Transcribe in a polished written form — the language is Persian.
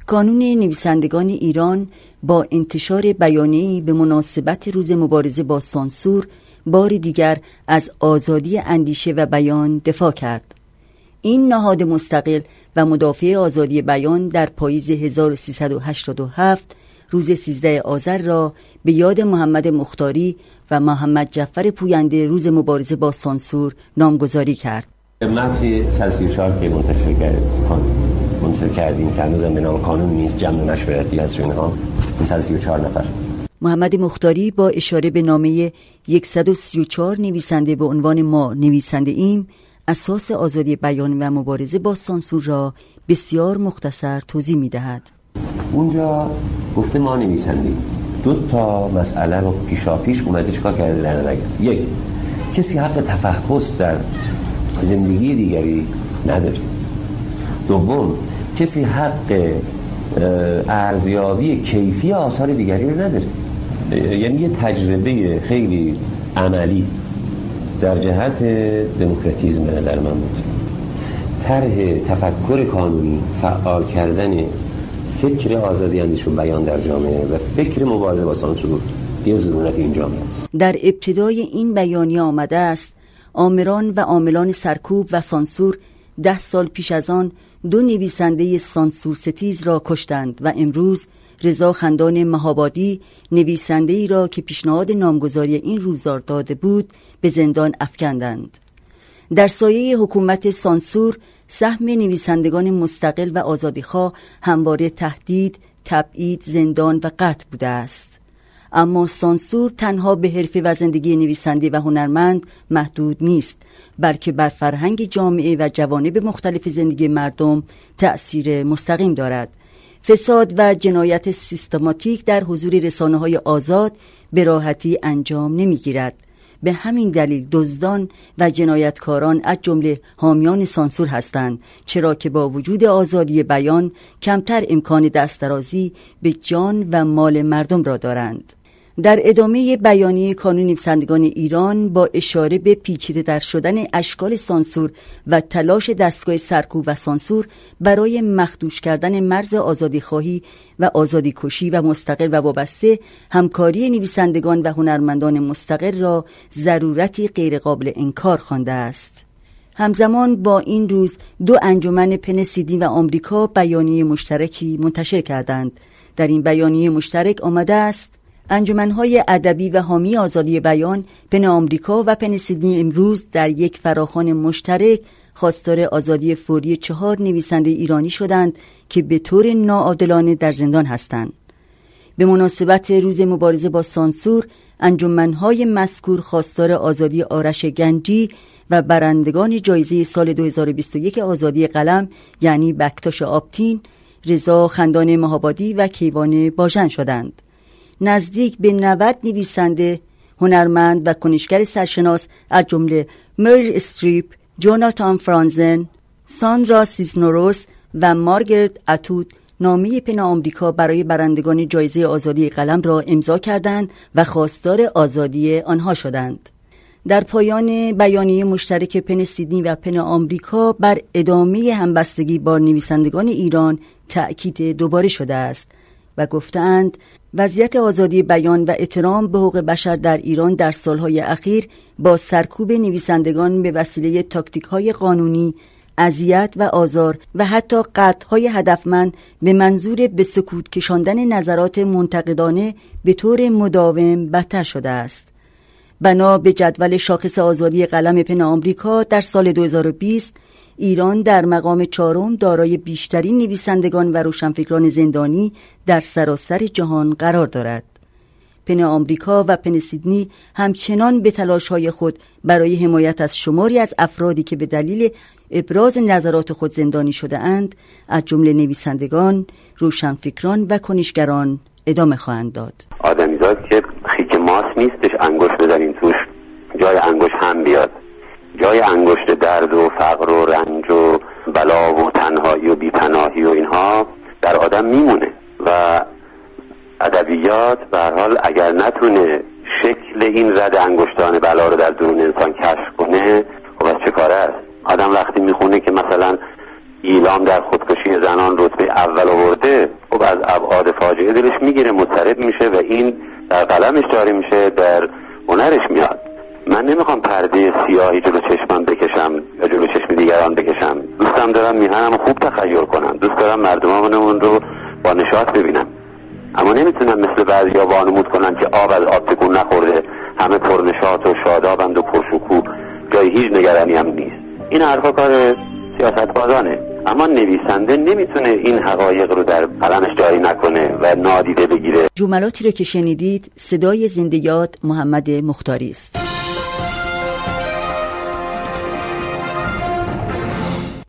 کانون نویسندگان ایران با انتشار بیانیه‌ای به مناسبت روز مبارزه با سانسور بار دیگر از آزادی اندیشه و بیان دفاع کرد. این نهاد مستقل و مدافع آزادی بیان در پاییز 1387 روز 13 آذر را به یاد محمد مختاری و محمد جعفر پوینده روز مبارزه با سانسور نامگذاری کرد. متن 134 که منتشر کردیم که هنوز به نام قانون نیست، جمع مشورتی هست اینها، این 134 نفر. محمد مختاری با اشاره به نامه 134 نویسنده به عنوان ما نویسنده ایم، اساس آزادی بیان و مبارزه با سانسور را بسیار مختصر توضیح می دهد. اونجا گفته ما نویسنده، دو تا مسئله رو پیشاپیش اومده چیکار کرده در نظر گرفت. یک، کسی حق تفحص در زندگی دیگری نداره. دوم، کسی حق ارزیابی کیفی آثار دیگری رو نداره. یعنی یه تجربه خیلی عملی در جهت دموکراتیسم به نظر من بود. طرح تفکر قانونی، فعال کردن فکر آزادی اندیشه و بیان در جامعه و فکر مبارزه با سانسور یه ضرورت این جامعه است. در ابتدای این بیانیه آمده است آمران و عاملان سرکوب و سانسور 10 سال پیش از آن 2 نویسنده سانسور ستیز را کشتند و امروز رضا خندان مهابادی نویسنده‌ای را که پیشنهاد نامگذاری این روزنامه داده بود به زندان افکندند. در سایه حکومت سانسور سهم نویسندگان مستقل و آزادیخواه همواره تهدید، تبعید، زندان و قتل بوده است. اما سانسور تنها به حرفه و زندگی نویسنده و هنرمند محدود نیست، بلکه بر فرهنگ جامعه و جوانب مختلف زندگی مردم تأثیر مستقیم دارد. فساد و جنایت سیستماتیک در حضور رسانه‌های آزاد به راحتی انجام نمی‌گیرد. به همین دلیل دزدان و جنایتکاران از جمله حامیان سانسور هستند، چرا که با وجود آزادی بیان کمتر امکان دسترازی به جان و مال مردم را دارند. در ادامه بیانیه کانون نویسندگان ایران با اشاره به پیچیده در شدن اشکال سانسور و تلاش دستگاه سرکوب و سانسور برای مخدوش کردن مرز آزادیخواهی و آزادیکشی و مستقل و وابسته، همکاری نویسندگان و هنرمندان مستقل را ضرورتی غیرقابل انکار خوانده است. همزمان با این روز 2 انجمن پن سیدنی و آمریکا بیانیه مشترکی منتشر کردند. در این بیانیه مشترک آمده است انجمن‌های ادبی و حامی آزادی بیان پن آمریکا و پن سیدنی امروز در یک فراخوان مشترک خواستار آزادی فوری 4 نویسنده ایرانی شدند که به طور ناعادلانه در زندان هستند. به مناسبت روز مبارزه با سانسور، انجمن‌های مذکور خواستار آزادی آرش گنجی و برندگان جایزه سال 2021 آزادی قلم یعنی بکتاش آبتین، رضا خندان مهابادی و کیوان باژن شدند. نزدیک به 90 نویسنده، هنرمند و کنشگر سرشناس از جمله مریل استریپ، جوناتان فرانزن، ساندرا سیسنوروس و مارگرت اتود نامه پن آمریکا برای برندگان جایزه آزادی قلم را امضا کردند و خواستار آزادی آنها شدند. در پایان بیانیه مشترک پن سیدنی و پن آمریکا بر ادامه همبستگی با نویسندگان ایران تأکید دوباره شده است و گفتند وضعیت آزادی بیان و احترام به حقوق بشر در ایران در سالهای اخیر با سرکوب نویسندگان به وسیله تاکتیک‌های قانونی، اذیت و آزار و حتی قطع‌های هدفمند به منظور به سکوت کشاندن نظرات منتقدانه به طور مداوم بدتر شده است. بنا به جدول شاخص آزادی قلم پن آمریکا در سال 2020 ایران در مقام 4 دارای بیشترین نویسندگان و روشنفکران زندانی در سراسر جهان قرار دارد. پن آمریکا و پن سیدنی همچنان به تلاش‌های خود برای حمایت از شماری از افرادی که به دلیل ابراز نظرات خود زندانی شده اند، از جمله نویسندگان، روشنفکران و کنشگران ادامه خواهند داد. آدمیزاد که خیک ماس نیستش انگشت بزنین توش جای انگشت هم بیاد، جای انگشت درد و فقر و رنج و بلا و تنهایی و بی‌پناهی و اینها در آدم میمونه و ادبیات به هر حال اگر نتونه شکل این رد انگشتان بلا رو در درون انسان کشف کنه، خب از چه کاره است؟ آدم وقتی میخونه که مثلا ایلام در خودکشی زنان رتبه اول آورده، از ابعاد فاجعه دلش میگیره، مضطرب میشه و این در قلمش جاری میشه، در هنرش میاد. من نمیخوام پرده سیاهی جلو چشمم بکشم یا جلو چشم دیگران بکشم. دوستم دارم میهنم خوب تخیل کنم، دوست دارم مردممون رو با نشاط ببینم، اما نمیتونم مثل بعضیا وانمود کنم که آب از آب تکون نخورده، همه پرنشاط و شادابند و پرشکوه، جای هیچ نگرانی هم نیست. این حرفا کار سیاست‌بازانه، اما نویسنده نمیتونه این حقایق رو در قلمش جاری نکنه و نادیده بگیره. جملاتی رو که شنیدید صدای زنده یاد محمد مختاری است.